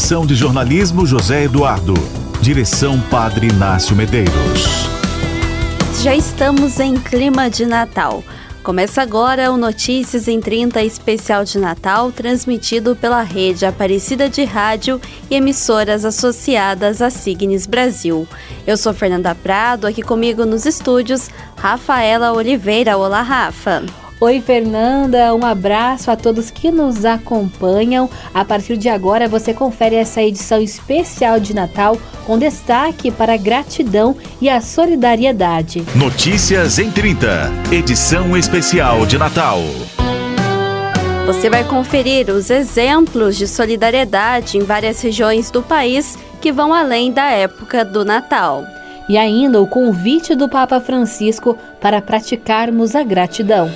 Supervisão de jornalismo José Eduardo. Direção Padre Inácio Medeiros. Já estamos em clima de Natal. Começa agora o Notícias em 30 especial de Natal, transmitido pela rede Aparecida de Rádio e emissoras associadas à Signes Brasil. Eu sou Fernanda Prado, aqui comigo nos estúdios, Rafaela Oliveira. Olá, Rafa. Oi, Fernanda, um abraço a todos que nos acompanham. A partir de agora você confere essa edição especial de Natal com destaque para a gratidão e a solidariedade. Notícias em 30, edição especial de Natal. Você vai conferir os exemplos de solidariedade em várias regiões do país que vão além da época do Natal. E ainda o convite do Papa Francisco para praticarmos a gratidão.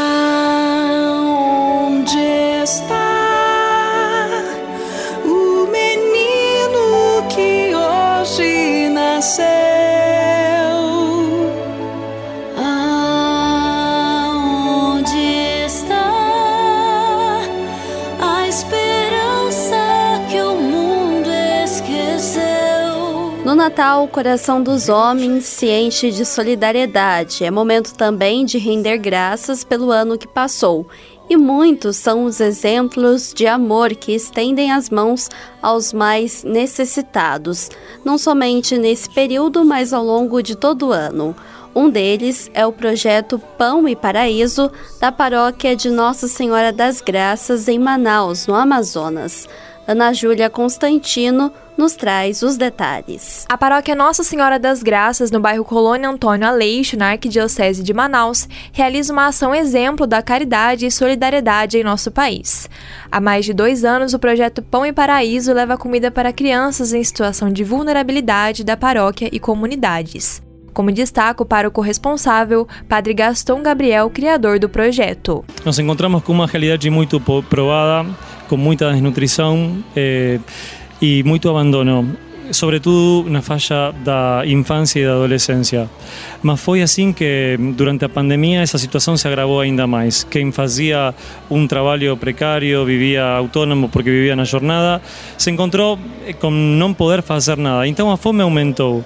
Onde está o menino que hoje nasceu? Aonde está a esperança que o mundo esqueceu? No Natal, o coração dos homens se enche de solidariedade. É momento também de render graças pelo ano que passou. E muitos são os exemplos de amor que estendem as mãos aos mais necessitados, não somente nesse período, mas ao longo de todo o ano. Um deles é o projeto Pão e Paraíso, da paróquia de Nossa Senhora das Graças, em Manaus, no Amazonas. Ana Júlia Constantino nos traz os detalhes. A paróquia Nossa Senhora das Graças, no bairro Colônia Antônio Aleixo, na Arquidiocese de Manaus, realiza uma ação exemplo da caridade e solidariedade em nosso país. Há mais de 2 anos, o projeto Pão e Paraíso leva comida para crianças em situação de vulnerabilidade da paróquia e comunidades. Como destaca o pároco responsável, Padre Gastão Gabriel, criador do projeto. Nos encontramos com uma realidade muito provada, com muita desnutrição e muito abandono, sobretudo na faixa da infância e da adolescência. Mas foi assim que, durante a pandemia, essa situação se agravou ainda mais. Quem fazia trabalho precário, vivia autônomo porque vivia na jornada, se encontrou com não poder fazer nada. Então a fome aumentou.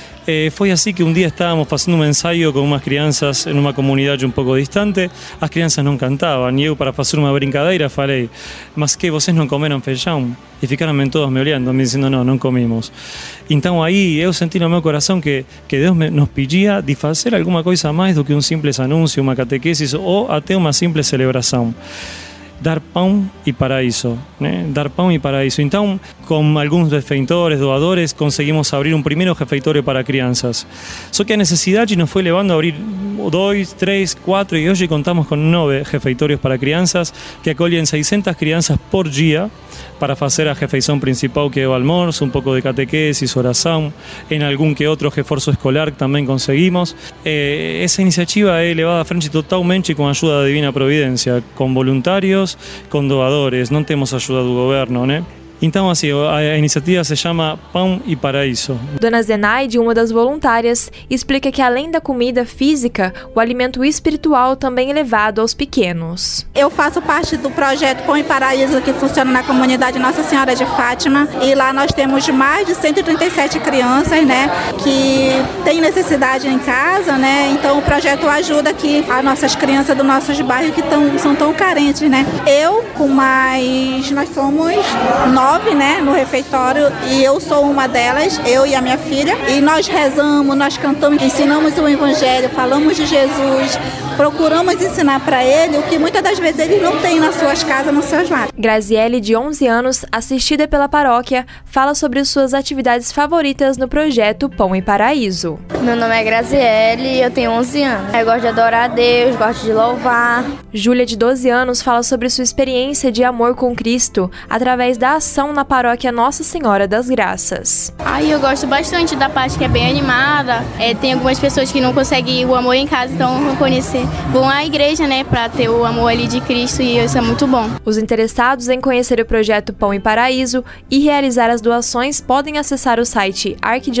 Foi assim que um dia estávamos fazendo ensaio com umas crianças em uma comunidade pouco distante. As crianças não cantavam e eu, para fazer uma brincadeira, falei: mas que vocês não comeram feijão? E ficaram todos me olhando, me dizendo: não comimos. Então aí eu senti no meu coração que Deus nos pedia de fazer alguma coisa mais do que simples anúncio, uma catequesis ou até uma simples celebração. Dar pão e paraíso, né? Dar pão e paraíso. Então, com alguns benfeitores, doadores, conseguimos abrir um primeiro refeitório para crianças. Só que a necessidade nos foi levando a abrir 2, 3, 4 e hoje contamos com 9 refeitórios para crianças que acolhem 600 crianças por dia para fazer a refeição principal, que é o almoço, pouco de catequesis, oração, em algum que outro reforço escolar que também conseguimos. Essa iniciativa é levada à frente totalmente com a ajuda da Divina Providência, com voluntários, com doadores, não temos ajuda do governo, né? Então, assim, a iniciativa se chama Pão e Paraíso. Dona Zenaide, uma das voluntárias, explica que além da comida física, o alimento espiritual também é levado aos pequenos. Eu faço parte do projeto Pão e Paraíso, que funciona na comunidade Nossa Senhora de Fátima. E lá nós temos mais de 137 crianças, né, que têm necessidade em casa, né? Então o projeto ajuda aqui as nossas crianças dos nossos bairros que são tão carentes, né? Nós somos 9, né, no refeitório, e eu sou uma delas, eu e a minha filha, e nós rezamos, nós cantamos, ensinamos o Evangelho, falamos de Jesus, procuramos ensinar para ele o que muitas das vezes eles não têm nas suas casas, nos seus lares. Graziele, de 11 anos, assistida pela paróquia, fala sobre suas atividades favoritas no projeto Pão e Paraíso. Meu nome é Graziele e eu tenho 11 anos. Eu gosto de adorar a Deus, gosto de louvar. Júlia, de 12 anos, fala sobre sua experiência de amor com Cristo através da ação na paróquia Nossa Senhora das Graças. Eu gosto bastante da parte que é bem animada. Tem algumas pessoas que não conseguem o amor em casa, então vão à igreja, né, para ter o amor ali de Cristo, e isso é muito bom. Os interessados em conhecer o projeto Pão e Paraíso e realizar as doações podem acessar o site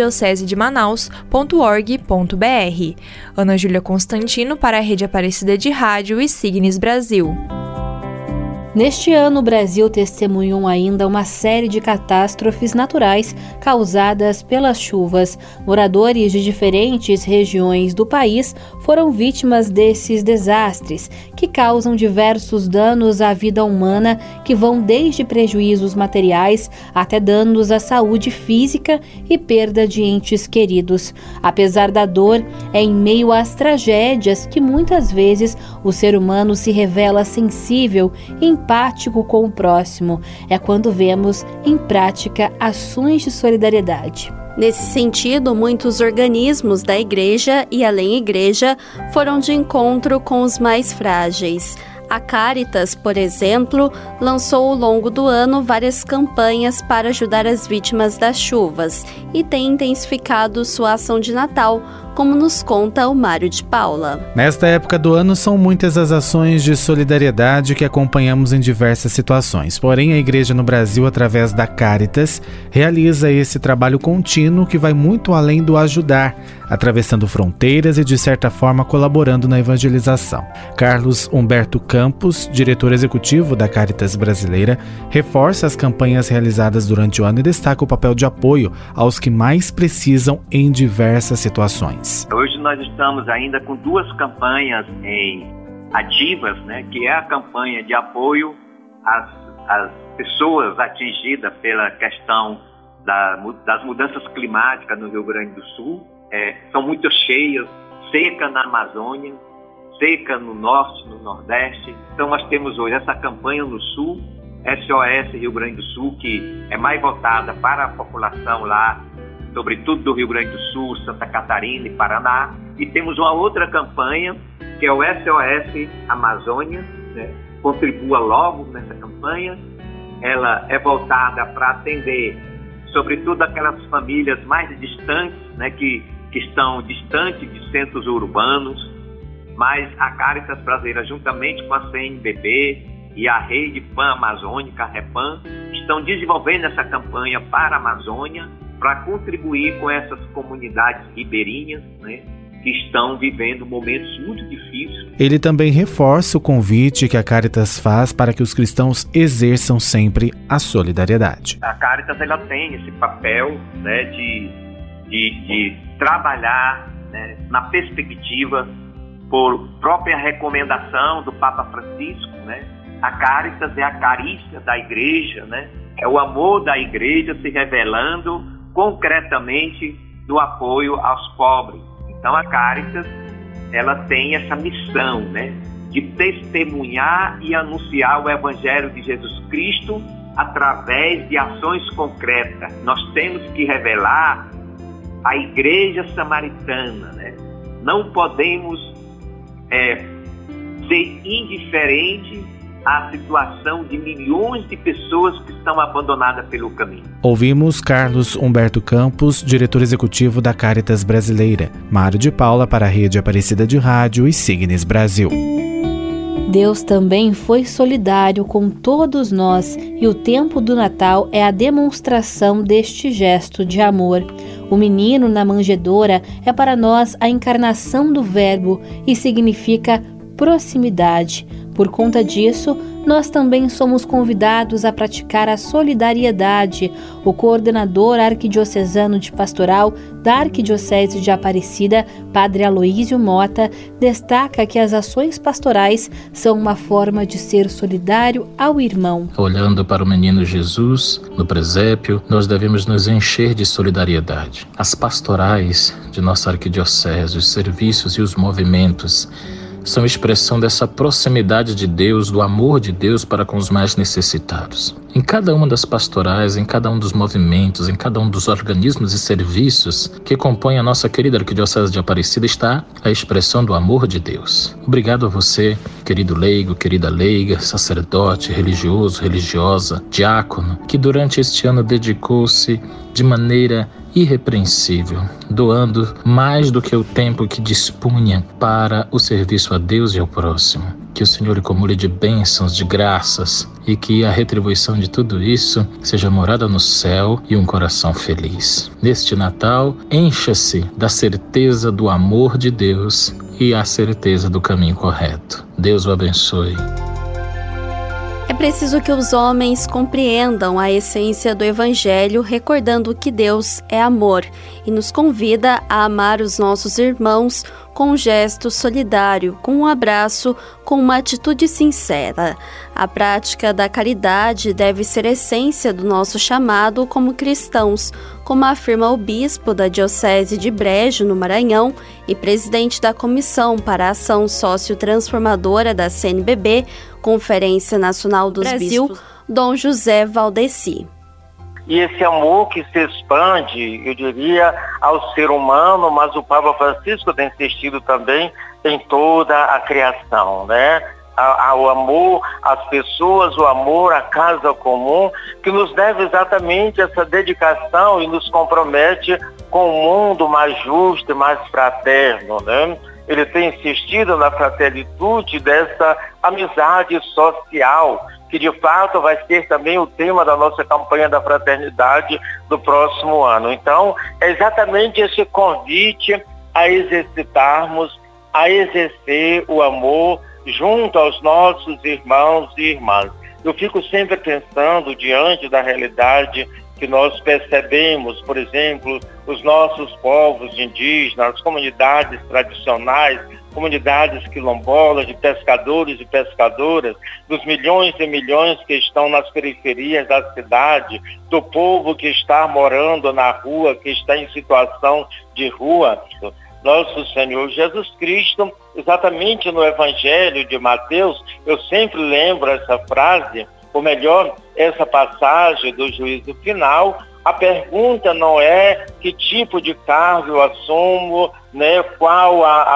arquidiocesedemanaus.org.br. Ana Júlia Constantino para a Rede Aparecida de Rádio e Signes Brasil. Neste ano, o Brasil testemunhou ainda uma série de catástrofes naturais causadas pelas chuvas. Moradores de diferentes regiões do país foram vítimas desses desastres, que causam diversos danos à vida humana, que vão desde prejuízos materiais até danos à saúde física e perda de entes queridos. Apesar da dor, é em meio às tragédias que muitas vezes o ser humano se revela sensível e empático com o próximo. É quando vemos em prática ações de solidariedade. Nesse sentido, muitos organismos da igreja e além igreja foram de encontro com os mais frágeis. A Caritas, por exemplo, lançou ao longo do ano várias campanhas para ajudar as vítimas das chuvas e tem intensificado sua ação de Natal, como nos conta o Mário de Paula. Nesta época do ano, são muitas as ações de solidariedade que acompanhamos em diversas situações. Porém, a Igreja no Brasil, através da Caritas, realiza esse trabalho contínuo que vai muito além do ajudar, atravessando fronteiras e, de certa forma, colaborando na evangelização. Carlos Humberto Campos, diretor executivo da Caritas Brasileira, reforça as campanhas realizadas durante o ano e destaca o papel de apoio aos que mais precisam em diversas situações. Hoje nós estamos ainda com 2 campanhas ativas, que é a campanha de apoio às pessoas atingidas pela questão das mudanças climáticas no Rio Grande do Sul. São muito cheias, seca na Amazônia, seca no Norte, no Nordeste. Então nós temos hoje essa campanha no Sul, SOS Rio Grande do Sul, que é mais voltada para a população lá, sobretudo do Rio Grande do Sul, Santa Catarina e Paraná. E temos uma outra campanha, que é o SOS Amazônia, Contribua logo nessa campanha. Ela é voltada para atender, sobretudo, aquelas famílias mais distantes, que estão distantes de centros urbanos. Mas a Caritas Brasileira, juntamente com a CNBB e a Rede Pan-Amazônica, a REPAN, estão desenvolvendo essa campanha para a Amazônia, para contribuir com essas comunidades ribeirinhas, que estão vivendo momentos muito difíceis. Ele também reforça o convite que a Caritas faz para que os cristãos exerçam sempre a solidariedade. A Caritas ela tem esse papel de trabalhar na perspectiva, por própria recomendação do Papa Francisco. A Caritas é a carícia da igreja, é o amor da igreja se revelando concretamente no apoio aos pobres. Então a Caritas, ela tem essa missão, de testemunhar e anunciar o Evangelho de Jesus Cristo através de ações concretas. Nós temos que revelar a igreja samaritana, Não podemos ser indiferente à situação de milhões de pessoas que estão abandonadas pelo caminho. Ouvimos Carlos Humberto Campos, diretor executivo da Caritas Brasileira. Mário de Paula para a Rede Aparecida de Rádio e Signes Brasil. Deus também foi solidário com todos nós e o tempo do Natal é a demonstração deste gesto de amor. O menino na manjedoura é para nós a encarnação do Verbo e significa proximidade. Por conta disso, nós também somos convidados a praticar a solidariedade. O coordenador arquidiocesano de pastoral da Arquidiocese de Aparecida, Padre Aloísio Mota, destaca que as ações pastorais são uma forma de ser solidário ao irmão. Olhando para o menino Jesus, no presépio, nós devemos nos encher de solidariedade. As pastorais de nossa arquidiocese, os serviços e os movimentos são expressão dessa proximidade de Deus, do amor de Deus para com os mais necessitados. Em cada uma das pastorais, em cada um dos movimentos, em cada um dos organismos e serviços que compõem a nossa querida Arquidiocese de Aparecida está a expressão do amor de Deus. Obrigado a você, querido leigo, querida leiga, sacerdote, religioso, religiosa, diácono, que durante este ano dedicou-se de maneira irrepreensível, doando mais do que o tempo que dispunha para o serviço a Deus e ao próximo. Que o Senhor lhe acumule de bênçãos, de graças, e que a retribuição de tudo isso seja morada no céu e um coração feliz. Neste Natal, encha-se da certeza do amor de Deus e a certeza do caminho correto. Deus o abençoe. É preciso que os homens compreendam a essência do Evangelho, recordando que Deus é amor e nos convida a amar os nossos irmãos com um gesto solidário, com um abraço, com uma atitude sincera. A prática da caridade deve ser a essência do nosso chamado como cristãos, como afirma o bispo da Diocese de Brejo, no Maranhão, e presidente da Comissão para a Ação Sociotransformadora da CNBB, Conferência Nacional dos Bispos, Dom José Valdeci. E esse amor que se expande, eu diria, ao ser humano, mas o Papa Francisco tem insistido também em toda a criação, né? O amor às pessoas, o amor à casa comum, que nos deve exatamente essa dedicação e nos compromete com um mundo mais justo e mais fraterno, né? Ele tem insistido na fraternidade dessa amizade social, que de fato vai ser também o tema da nossa campanha da fraternidade do próximo ano. Então, é exatamente esse convite a exercitarmos, a exercer o amor junto aos nossos irmãos e irmãs. Eu fico sempre pensando, diante da realidade que nós percebemos, por exemplo, os nossos povos indígenas, as comunidades tradicionais, comunidades quilombolas, de pescadores e pescadoras, dos milhões e milhões que estão nas periferias da cidade, do povo que está morando na rua, que está em situação de rua. Nosso Senhor Jesus Cristo, exatamente no Evangelho de Mateus, eu sempre lembro essa frase, ou melhor, essa passagem do juízo final. A pergunta não é que tipo de cargo eu assumo, né, qual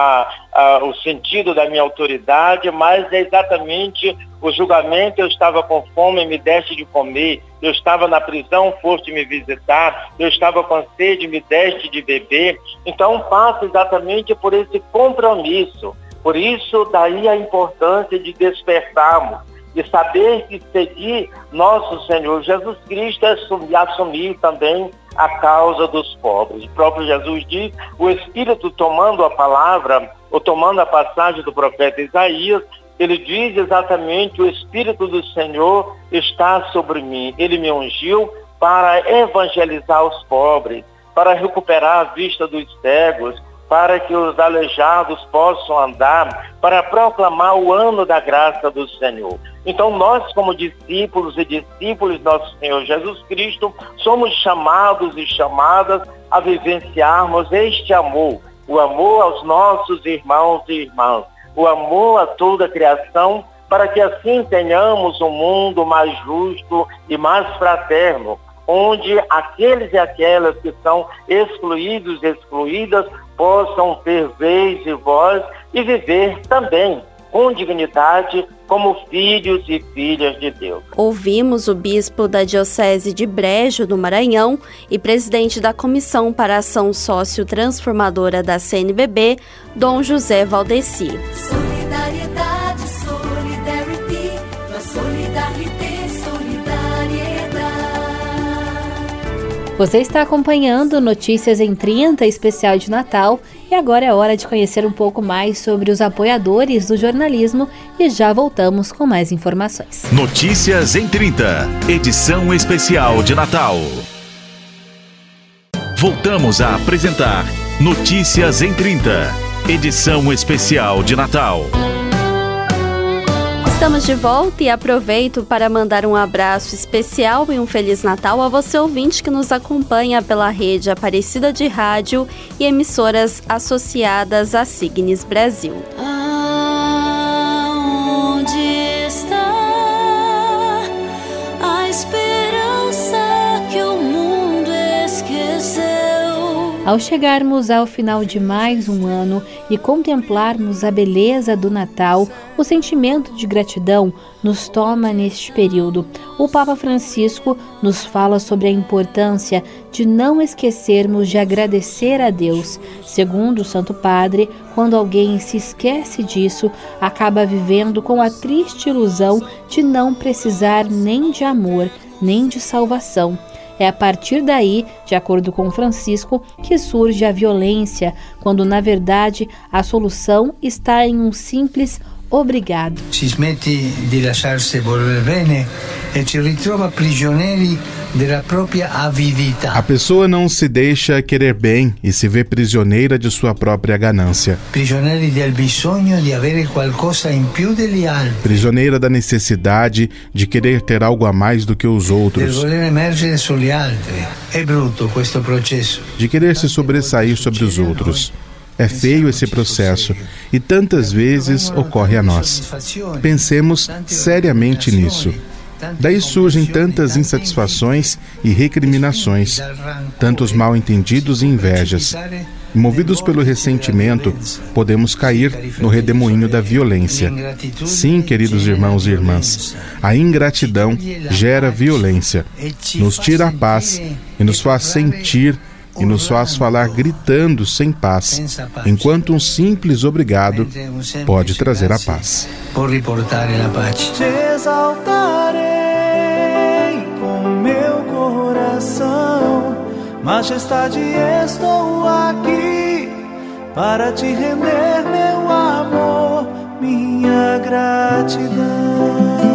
o sentido da minha autoridade, mas é exatamente o julgamento. Eu estava com fome e me deste de comer, eu estava na prisão, foste me visitar, eu estava com sede e me deste de beber. Então passa exatamente por esse compromisso. Por isso daí a importância de despertarmos, de saber que seguir nosso Senhor Jesus Cristo é assumir também a causa dos pobres. O próprio Jesus diz, o Espírito tomando a palavra, ou tomando a passagem do profeta Isaías, ele diz exatamente, o Espírito do Senhor está sobre mim. Ele me ungiu para evangelizar os pobres, para recuperar a vista dos cegos, para que os aleijados possam andar, para proclamar o ano da graça do Senhor. Então nós, como discípulos e discípulos do nosso Senhor Jesus Cristo, somos chamados e chamadas a vivenciarmos este amor, o amor aos nossos irmãos e irmãs, o amor a toda a criação, para que assim tenhamos um mundo mais justo e mais fraterno, onde aqueles e aquelas que são excluídos e excluídas possam ter vez e voz e viver também com dignidade como filhos e filhas de Deus. Ouvimos o bispo da Diocese de Brejo, no Maranhão, e presidente da Comissão para a Ação Sociotransformadora da CNBB, Dom José Valdeci. Solidariedade, solidarity, la solidarité, solidariedade. Você está acompanhando Notícias em 30, especial de Natal, e agora é hora de conhecer um pouco mais sobre os apoiadores do jornalismo e já voltamos com mais informações. Notícias em 30, edição especial de Natal. Voltamos a apresentar Notícias em 30, edição especial de Natal. Estamos de volta e aproveito para mandar um abraço especial e um Feliz Natal a você ouvinte que nos acompanha pela rede Aparecida de Rádio e emissoras associadas à Signes Brasil. Aonde está a esperança que o mundo esqueceu? Ao chegarmos ao final de mais um ano e contemplarmos a beleza do Natal, o sentimento de gratidão nos toma neste período. O Papa Francisco nos fala sobre a importância de não esquecermos de agradecer a Deus. Segundo o Santo Padre, quando alguém se esquece disso, acaba vivendo com a triste ilusão de não precisar nem de amor, nem de salvação. É a partir daí, de acordo com Francisco, que surge a violência, quando na verdade a solução está em um simples Obrigado. Si smette di lasciarsi voler bene e ci ritrova prigionieri della propria avidità. A pessoa não se deixa querer bem e se vê prisioneira de sua própria ganância. Prigionieri del bisogno di avere qualcosa in più degli altri. Prisioneira da necessidade de querer ter algo a mais do que os outros. Del voler emergere sugli altri. È brutto questo processo. De querer se sobressair sobre os outros. É feio esse processo e tantas vezes ocorre a nós. Pensemos seriamente nisso. Daí surgem tantas insatisfações e recriminações, tantos mal-entendidos e invejas. Movidos pelo ressentimento, podemos cair no redemoinho da violência. Sim, queridos irmãos e irmãs, a ingratidão gera violência, nos tira a paz e nos faz sentir e nos faz falar gritando sem paz, enquanto um simples obrigado pode trazer a paz. Te exaltarei com meu coração, majestade, estou aqui para te render meu amor, minha gratidão.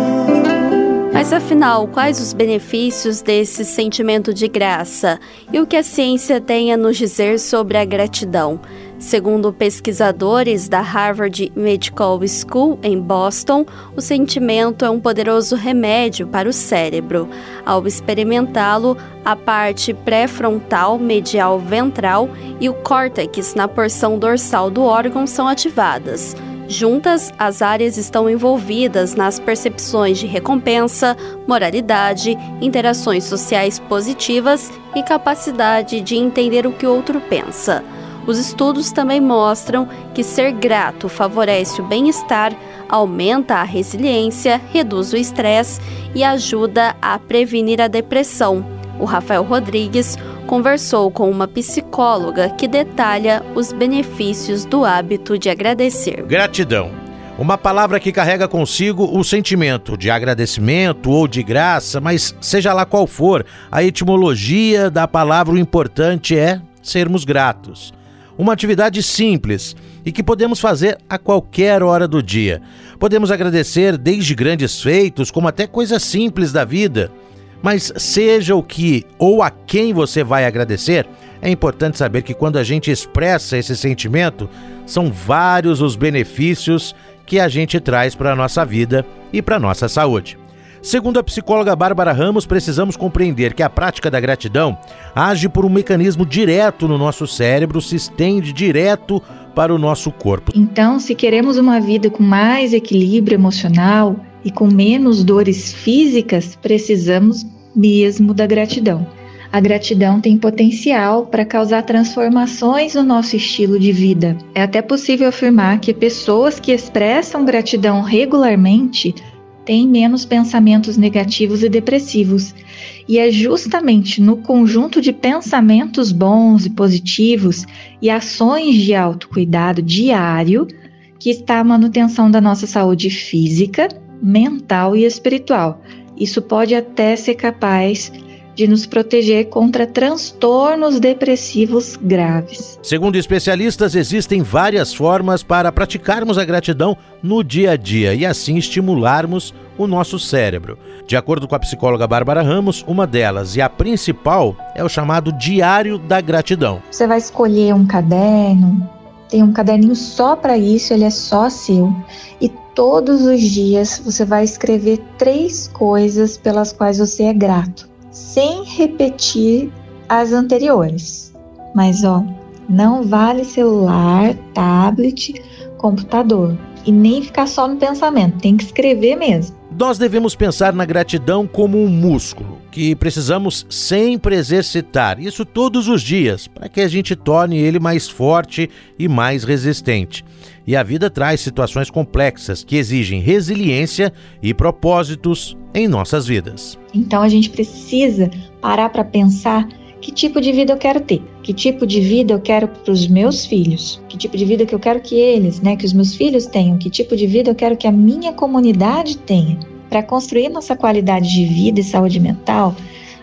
Mas afinal, quais os benefícios desse sentimento de graça e o que a ciência tem a nos dizer sobre a gratidão? Segundo pesquisadores da Harvard Medical School em Boston, o sentimento é um poderoso remédio para o cérebro. Ao experimentá-lo, a parte pré-frontal, medial ventral e o córtex na porção dorsal do órgão são ativadas. Juntas, as áreas estão envolvidas nas percepções de recompensa, moralidade, interações sociais positivas e capacidade de entender o que o outro pensa. Os estudos também mostram que ser grato favorece o bem-estar, aumenta a resiliência, reduz o estresse e ajuda a prevenir a depressão. O Rafael Rodrigues conversou com uma psicóloga que detalha os benefícios do hábito de agradecer. Gratidão. Uma palavra que carrega consigo o sentimento de agradecimento ou de graça, mas seja lá qual for, a etimologia da palavra, o importante é sermos gratos. Uma atividade simples e que podemos fazer a qualquer hora do dia. Podemos agradecer desde grandes feitos, como até coisas simples da vida. Mas seja o que ou a quem você vai agradecer, é importante saber que quando a gente expressa esse sentimento, são vários os benefícios que a gente traz para a nossa vida e para a nossa saúde. Segundo a psicóloga Bárbara Ramos, precisamos compreender que a prática da gratidão age por um mecanismo direto no nosso cérebro, se estende direto para o nosso corpo. Então, se queremos uma vida com mais equilíbrio emocional e com menos dores físicas, precisamos mesmo da gratidão. A gratidão tem potencial para causar transformações no nosso estilo de vida. É até possível afirmar que pessoas que expressam gratidão regularmente têm menos pensamentos negativos e depressivos. E é justamente no conjunto de pensamentos bons e positivos e ações de autocuidado diário que está a manutenção da nossa saúde física, mental e espiritual. Isso pode até ser capaz de nos proteger contra transtornos depressivos graves. Segundo especialistas, existem várias formas para praticarmos a gratidão no dia a dia e assim estimularmos o nosso cérebro. De acordo com a psicóloga Bárbara Ramos, uma delas, e a principal, é o chamado Diário da Gratidão. Você vai escolher um caderno, tem um caderninho só para isso, ele é só seu, e todos os dias você vai escrever 3 coisas pelas quais você é grato, sem repetir as anteriores. Mas não vale celular, tablet, computador. E nem ficar só no pensamento, tem que escrever mesmo. Nós devemos pensar na gratidão como um músculo, que precisamos sempre exercitar, isso todos os dias, para que a gente torne ele mais forte e mais resistente. E a vida traz situações complexas que exigem resiliência e propósitos em nossas vidas. Então a gente precisa parar para pensar que tipo de vida eu quero ter, que tipo de vida eu quero para os meus filhos, que tipo de vida que eu quero que eles, que os meus filhos tenham, que tipo de vida eu quero que a minha comunidade tenha. Para construir nossa qualidade de vida e saúde mental,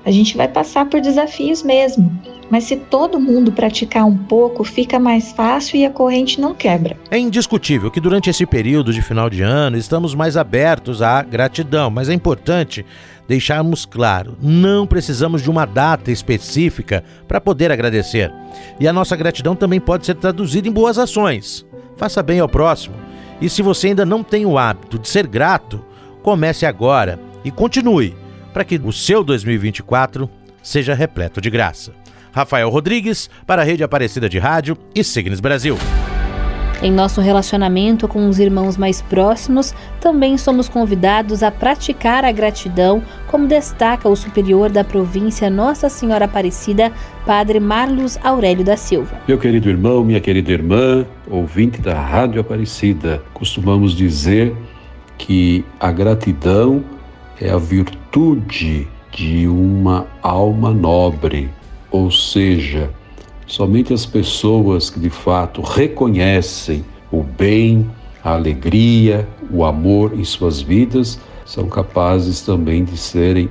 A gente vai passar por desafios mesmo, mas se todo mundo praticar um pouco, fica mais fácil e a corrente não quebra. É indiscutível que durante esse período de final de ano estamos mais abertos à gratidão, mas é importante deixarmos claro, não precisamos de uma data específica para poder agradecer. E a nossa gratidão também pode ser traduzida em boas ações. Faça bem ao próximo. E se você ainda não tem o hábito de ser grato, comece agora e continue, para que o seu 2024 seja repleto de graça. Rafael Rodrigues, para a Rede Aparecida de Rádio e Signes Brasil. Em nosso relacionamento com os irmãos mais próximos, também somos convidados a praticar a gratidão, como destaca o superior da província Nossa Senhora Aparecida, Padre Marlos Aurélio da Silva. Meu querido irmão, minha querida irmã, ouvinte da Rádio Aparecida, costumamos dizer que a gratidão é a virtude de uma alma nobre, ou seja, somente as pessoas que de fato reconhecem o bem, a alegria, o amor em suas vidas, são capazes também de serem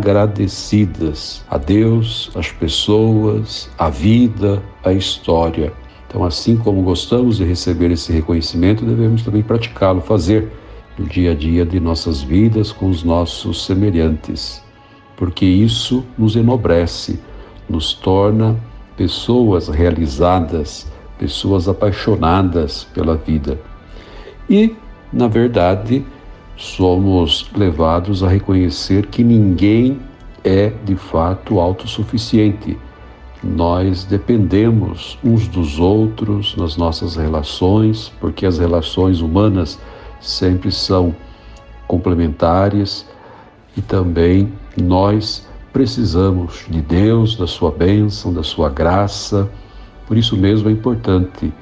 agradecidas a Deus, às pessoas, à vida, à história. Então, assim como gostamos de receber esse reconhecimento, devemos também praticá-lo, fazer no dia a dia de nossas vidas com os nossos semelhantes, porque isso nos enobrece, nos torna pessoas realizadas, pessoas apaixonadas pela vida. E, na verdade, somos levados a reconhecer que ninguém é, de fato, autossuficiente. Nós dependemos uns dos outros nas nossas relações, porque as relações humanas sempre são complementares e também nós precisamos de Deus, da sua bênção, da sua graça. Por isso mesmo é importante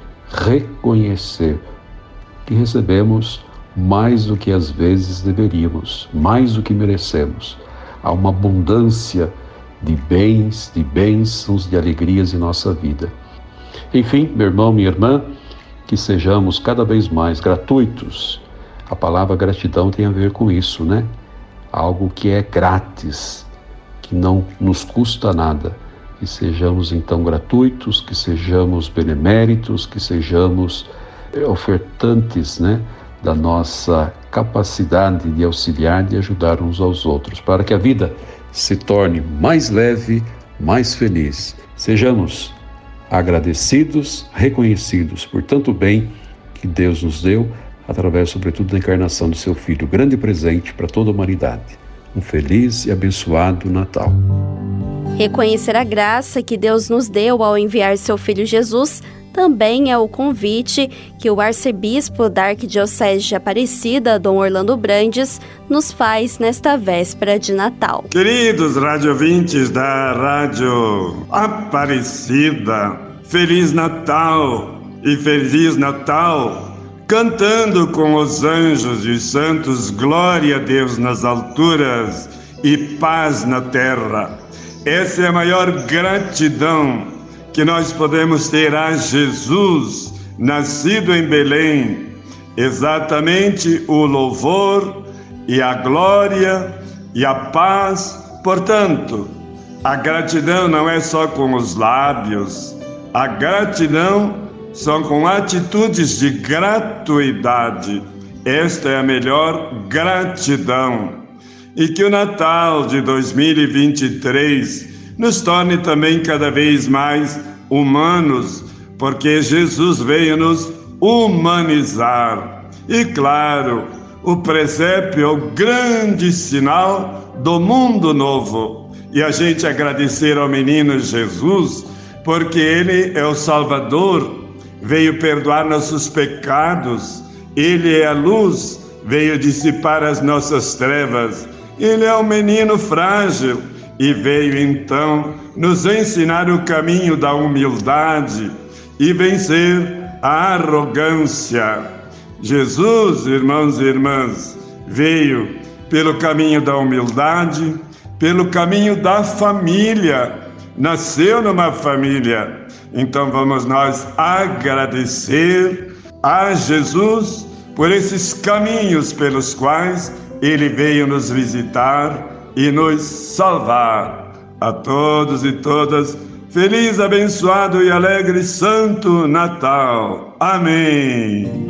reconhecer que recebemos mais do que às vezes deveríamos, mais do que merecemos. Há uma abundância de bens, de bênçãos, de alegrias em nossa vida. Enfim, meu irmão, minha irmã, que sejamos cada vez mais gratuitos. A palavra gratidão tem a ver com isso, né? Algo que é grátis, que não nos custa nada. Que sejamos então gratuitos, que sejamos beneméritos, que sejamos ofertantes, né, da nossa capacidade de auxiliar, de ajudar uns aos outros, para que a vida se torne mais leve, mais feliz. Sejamos agradecidos, reconhecidos por tanto bem que Deus nos deu, através, sobretudo, da encarnação do seu Filho, grande presente para toda a humanidade. Um feliz e abençoado Natal. Reconhecer a graça que Deus nos deu ao enviar seu Filho Jesus também é o convite que o arcebispo da Arquidiocese de Aparecida, Dom Orlando Brandes, nos faz nesta véspera de Natal. Queridos radiovintes da Rádio Aparecida, Feliz Natal e Feliz Natal, cantando com os anjos e os santos, glória a Deus nas alturas e paz na terra. Essa é a maior gratidão que nós podemos ter a Jesus, nascido em Belém. Exatamente o louvor e a glória e a paz. Portanto, a gratidão não é só com os lábios, a gratidão são com atitudes de gratuidade. Esta é a melhor gratidão. E que o Natal de 2023 nos torne também cada vez mais humanos, porque Jesus veio nos humanizar. E claro, o presépio é o grande sinal do mundo novo. E a gente agradecer ao menino Jesus, porque ele é o Salvador, veio perdoar nossos pecados, ele é a luz, veio dissipar as nossas trevas, ele é um menino frágil e veio então nos ensinar o caminho da humildade e vencer a arrogância. Jesus, irmãos e irmãs, veio pelo caminho da humildade, pelo caminho da família, nasceu numa família. Então vamos nós agradecer a Jesus por esses caminhos pelos quais ele veio nos visitar e nos salvar. A todos e todas, feliz, abençoado e alegre Santo Natal. Amém.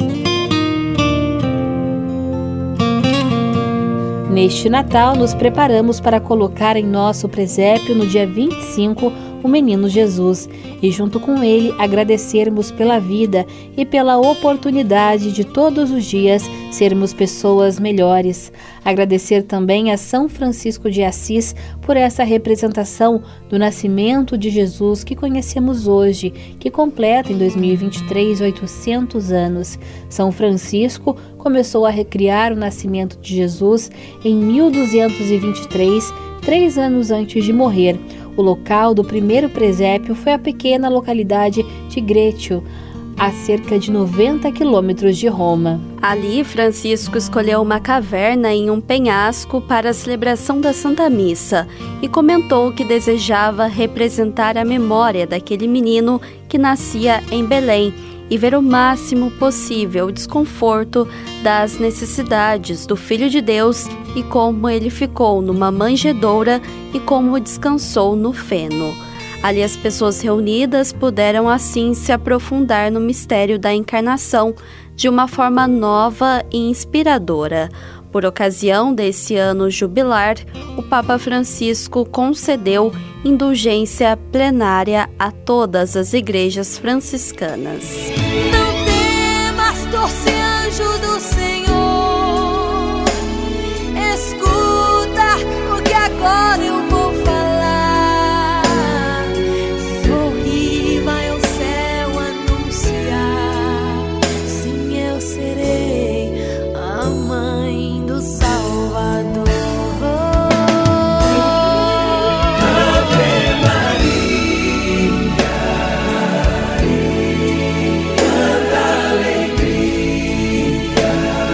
Neste Natal, nos preparamos para colocar em nosso presépio, no dia 25, o menino Jesus e, junto com ele, agradecermos pela vida e pela oportunidade de todos os dias sermos pessoas melhores. Agradecer também a São Francisco de Assis por essa representação do nascimento de Jesus que conhecemos hoje, que completa em 2023 800 anos. São Francisco começou a recriar o nascimento de Jesus em 1223, 3 anos antes de morrer. O local do primeiro presépio foi a pequena localidade de Greccio, a cerca de 90 quilômetros de Roma. Ali, Francisco escolheu uma caverna em um penhasco para a celebração da Santa Missa e comentou que desejava representar a memória daquele menino que nascia em Belém e ver o máximo possível o desconforto das necessidades do Filho de Deus e como ele ficou numa manjedoura e como descansou no feno. Ali as pessoas reunidas puderam assim se aprofundar no mistério da encarnação de uma forma nova e inspiradora. Por ocasião desse ano jubilar, o Papa Francisco concedeu indulgência plenária a todas as igrejas franciscanas. Não temas, doce anjo do Senhor, escuta o que agora eu vou falar. Sorri, vai ao céu anunciar. Sim, eu serei a mãe do Salvador. Ave Maria, canta alegria.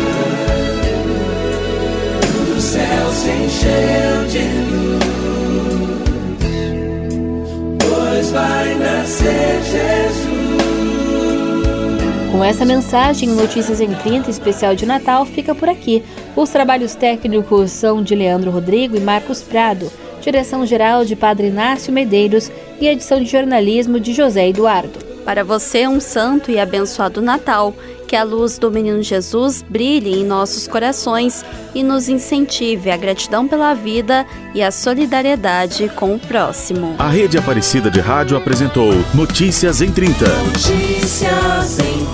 O céu se encheu de luz, pois vai nascer Jesus. Com essa mensagem, Notícias em 30, especial de Natal, fica por aqui. Os trabalhos técnicos são de Leandro Rodrigo e Marcos Prado, direção-geral de Padre Inácio Medeiros e edição de jornalismo de José Eduardo. Para você, um santo e abençoado Natal, que a luz do Menino Jesus brilhe em nossos corações e nos incentive a gratidão pela vida e a solidariedade com o próximo. A Rede Aparecida de Rádio apresentou Notícias em 30. Notícias em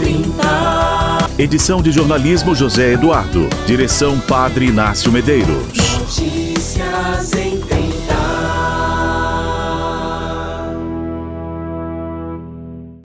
30. Edição de jornalismo José Eduardo. Direção Padre Inácio Medeiros.